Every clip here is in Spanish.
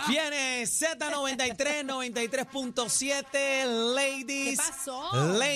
Viene Z93, 93.7, ¿Qué ladies. pasó?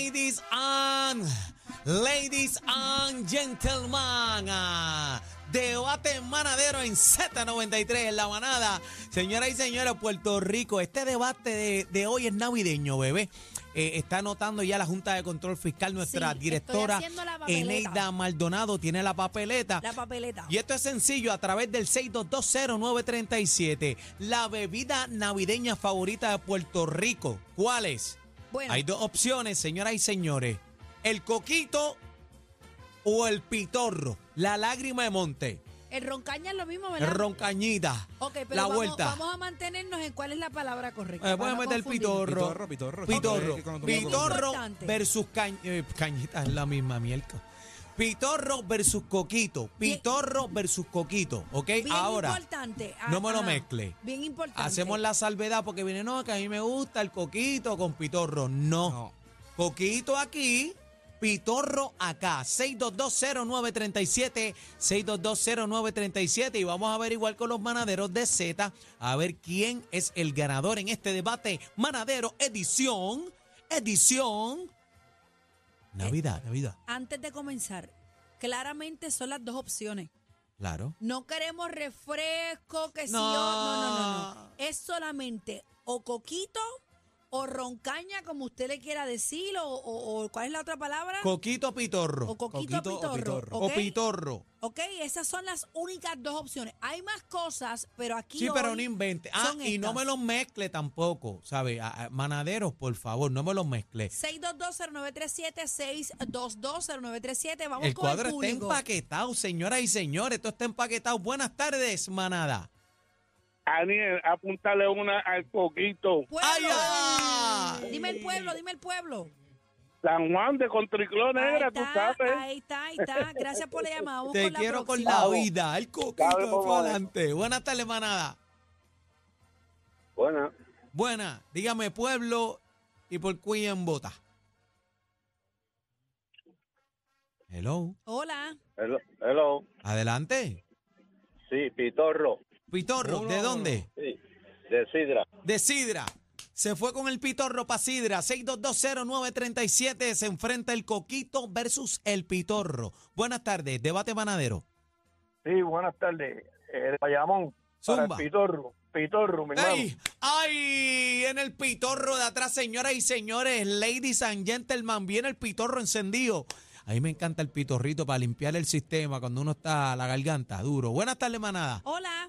Ladies and gentlemen. Debate manadero en Z93, en la manada. Señoras y señores, Puerto Rico, este debate de hoy es navideño, bebé. Está anotando ya la Junta de Control Fiscal, nuestra Sí, directora estoy haciendo la papeleta. Eneida Maldonado tiene la papeleta. La papeleta. Y esto es sencillo, a través del 6220937. La bebida navideña favorita de Puerto Rico, ¿cuál es? Bueno, Hay dos opciones, señoras y señores. El coquito o el pitorro, la lágrima de monte, el roncaña es lo mismo, el ¿verdad? roncañita, Ok, pero la vamos, vuelta. vamos a mantenernos en cuál es la palabra correcta. Pueden para no meter confundirnos. pitorro. Pitorro. Pitorro. Bien Pitorro importante. versus cañita, es la misma mielca. Pitorro versus coquito. Pitorro versus coquito, ¿ok? Bien Ahora, importante. no me lo Ajá. mezcle. Bien importante. Hacemos la salvedad porque viene, no, que a mí me gusta el coquito con pitorro. No. Coquito aquí, pitorro acá. 6220937, 6220937. Y vamos a averiguar con los manaderos de Z a ver quién es el ganador en este debate manadero edición Navidad. Antes de comenzar, claramente son las dos opciones. Claro. No queremos refresco, que sí No. no. Es solamente o coquito o roncaña, como usted le quiera decir, o ¿cuál es la otra palabra? Coquito pitorro. O coquito Coquito o pitorro. pitorro. O ¿ok? pitorro. Ok, esas son las únicas dos opciones. Hay más cosas, pero aquí Sí, pero hoy no invente. son Y no estas. me los mezcle tampoco, ¿sabes? Manaderos, por favor, no me los mezcle. 6220937, 6220937. Vamos El con el cuadro está público. empaquetado, señoras y señores. Esto está empaquetado. Buenas tardes, manada. Aniel, apúntale una al coquito. Pueblo. ¡Ay, ay! Dime el pueblo. San Juan de Contricló Negra, tú sabes. Ahí está. Gracias por la llamada. Vamos Te con la quiero con próxima. la vida. El coquito Dale, por fue favor. adelante. Buenas tardes, manada. Buena. Buena. Dígame pueblo y por quién vota. Hello. Hola. Hello. Adelante. Sí, Pitorro. Pitorro, ¿de dónde? Sí, de Sidra. De Sidra. Se fue con el pitorro para Sidra. 6220937. Se enfrenta el coquito versus el pitorro. Buenas tardes. Debate manadero. Sí, buenas tardes. Bayamón. Zumba. Para el Pitorro, mi hermano. ¡Ay! ¡Ay! En el pitorro de atrás, señoras y señores, ladies and gentlemen, viene el pitorro encendido. A mí me encanta el pitorrito para limpiar el sistema cuando uno está a la garganta duro. Buenas tardes, manada. Hola.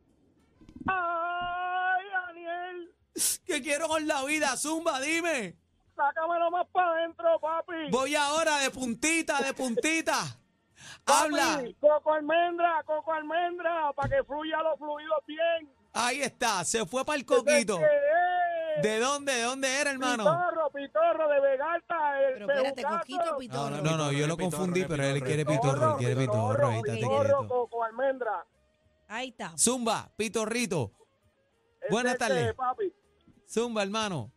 ¡Ay, Daniel! ¿Qué quiero con la vida? Zumba, dime. Sácamelo más para adentro, papi. Voy ahora de puntita. Habla. Papi, coco almendra, para que fluya los fluidos bien. Ahí está. Se fue para el coquito. ¿De dónde? ¿De dónde era, hermano? Pitorro de Vegalta. Pero espérate, coquito, pitorro. No, yo lo Pitorro, confundí, pero él quiere pitorro. pitorro, quiere pitorro. Ahí está, te quieto. coco almendra. Ahí está. Zumba, pitorrito. Buenas tardes. Papi. Zumba, hermano.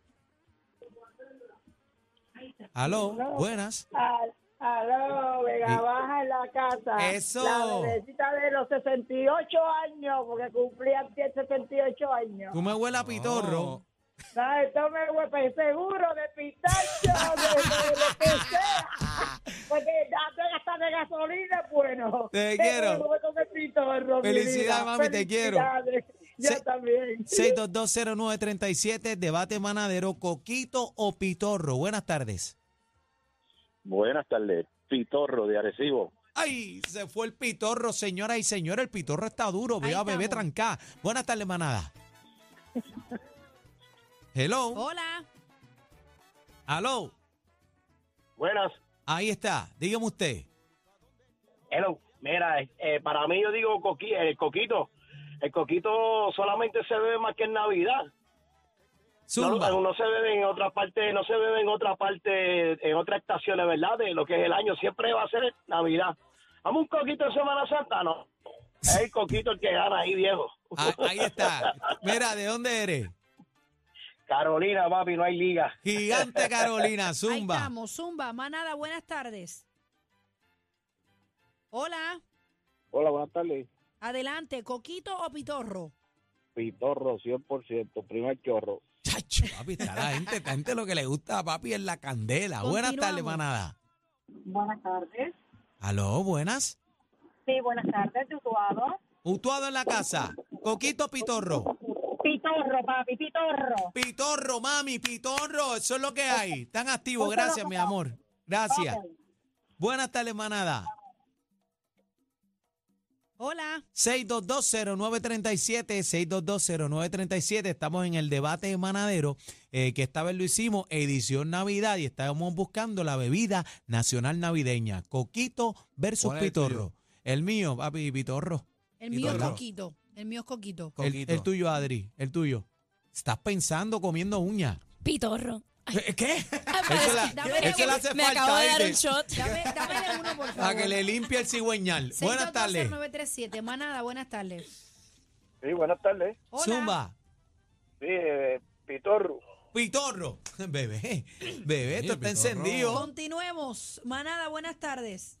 Aló, buenas. Aló, Vega Y- Baja en la casa. Eso. La bebecita de los 68 años, porque cumplía 68 años. Tú me hueles a pitorro. No, esto me huele seguro de pistacho, de lo que sea. Porque hasta de gasolina es bueno. Te quiero. Me voy con el pitorro, mi Felicidades, vida. mami, te quiero. Felicidades. Yo Se- también. 6220937, debate manadero, coquito o pitorro. Buenas tardes. Buenas tardes. Pitorro de Arecibo. Ay, se fue el pitorro, señoras y señores. El pitorro está duro. Veo a Ahí bebé estamos. trancá. Buenas tardes, manada. Hello. Hola. Aló. Buenas. Ahí está. Dígame usted. Hello. Mira, para mí yo digo el coquito. El coquito solamente se bebe más que en Navidad. Zumba. No se bebe en otra parte, en otras estaciones, ¿verdad? De lo que es el año. Siempre va a ser Navidad. ¿Vamos un coquito en Semana Santa? No. Es el coquito el que gana ahí, viejo. Ahí está. Mira, ¿de dónde eres? Carolina, papi, no hay liga. Gigante Carolina, Ahí Zumba. estamos. Zumba. Manada, buenas tardes. Hola. Hola, buenas tardes. Adelante. ¿Coquito o pitorro? Pitorro, 100%, primer chorro. Chacho, papi, está la gente lo que le gusta, papi, es la candela. Buenas tardes, Continuamos. manada. Buenas tardes. Aló, buenas. Sí, buenas tardes, Utuado. Utuado en la casa. Coquito, pitorro. Pitorro, papi, pitorro. Pitorro, mami, pitorro. Eso es lo que hay. Están activos. Eso es lo Gracias, que mi hay. amor. Gracias. Ok. Buenas tardes, manada. Hola. 6220937, 6220937. Estamos en el debate manadero, que esta vez lo hicimos, edición Navidad, y estábamos buscando la bebida nacional navideña. Coquito versus ¿Cuál es el pitorro. El mío, papi, pitorro. El mío es Pitorro. coquito. El mío es coquito. Coquito. El tuyo, Adri, el tuyo. Estás pensando comiendo uñas. Pitorro. ¿Qué? Dame- Eso le hace Me falta. acabo de dar un ¿viste? shot. Dámele uno, por favor. Para que le limpie el cigüeñal. Buenas tardes. 6220937. Manada, buenas tardes. Sí, buenas tardes. Hola. Zumba. Sí, Pitorro. Pitorro. Bebé, bebé, esto está pitorro. encendido. Continuemos. Manada, buenas tardes.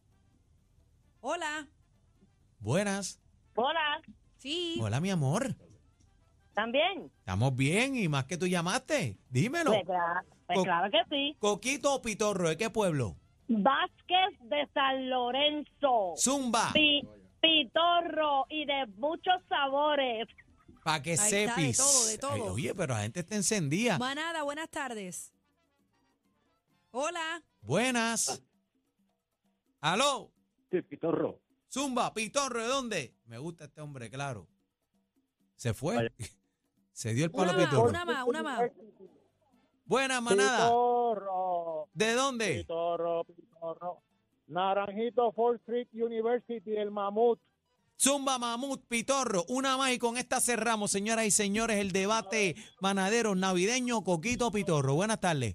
Hola. Buenas. Hola, Sí. Hola, mi amor. ¿también? Estamos bien y más que tú llamaste. Dímelo. Pues claro que sí. ¿Coquito o pitorro? ¿De qué pueblo? Vázquez de San Lorenzo. Zumba. Pitorro y de muchos sabores. Para que Ahí está, sepis. de todo, de todo. Ay, oye, pero la gente está encendida. Manada, buenas tardes. Hola. Buenas. Aló. Sí, Pitorro. Zumba, pitorro, ¿de dónde? Me gusta este hombre, claro. Se fue. Vaya. Se dio el palo Una más, pitorro. una más. Buenas, manada. Pitorro. ¿De dónde? Pitorro. Naranjito, Fort Street University, el mamut. Zumba, mamut, pitorro. Una más y con esta cerramos, señoras y señores, el debate manadero navideño, coquito, pitorro. Buenas tardes.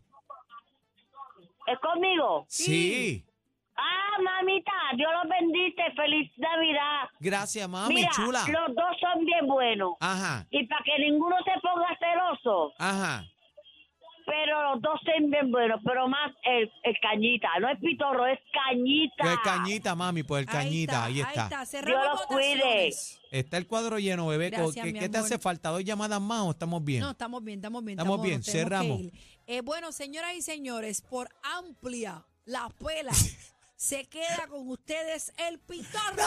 ¿Es conmigo? Sí. Ah, mamita, Dios los bendice. Feliz Navidad. Gracias, mami, Mira, chula. los dos son bien buenos. Ajá, Y para que ninguno se ponga celoso, ajá. pero los dos son bien buenos, pero más el cañita. No es pitorro, es cañita. Pues cañita, mami, pues el cañita, ahí está. Ahí está. Dios Cerramos los cuide. votaciones. Está el cuadro lleno, bebé. Gracias, ¿Qué, mi qué te amor. hace falta? ¿Dos llamadas más o estamos bien? No, estamos bien, estamos bien. Estamos bien, nos tenemos cerramos. que ir. Bueno, señoras y señores, por amplia la pela, se queda con ustedes el pitorro.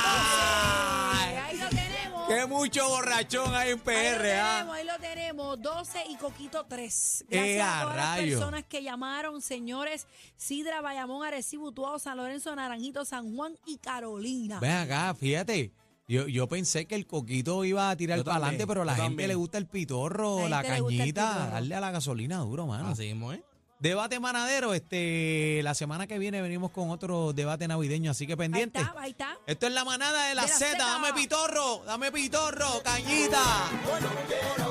Ahí lo tenemos. ¡Qué mucho borrachón hay en PR! Ahí lo tenemos, 12 y Coquito 3. Gracias ¡Ea, a todas las rayo! personas que llamaron, señores. Sidra, Bayamón, Arecibo, Utuado, San Lorenzo, Naranjito, San Juan y Carolina. Ven acá, fíjate. Yo pensé que el coquito iba a tirar Yo para adelante, también, pero la yo gente también. le gusta el pitorro, La la gente le gusta el cañita, pitorro. darle a la gasolina duro, mano. Así mismo, ¿eh? Debate manadero, la semana que viene venimos con otro debate navideño, así que Ahí pendiente. está, ahí está. Esto es la manada de la De la Z, Zeta. dame pitorro, cañita.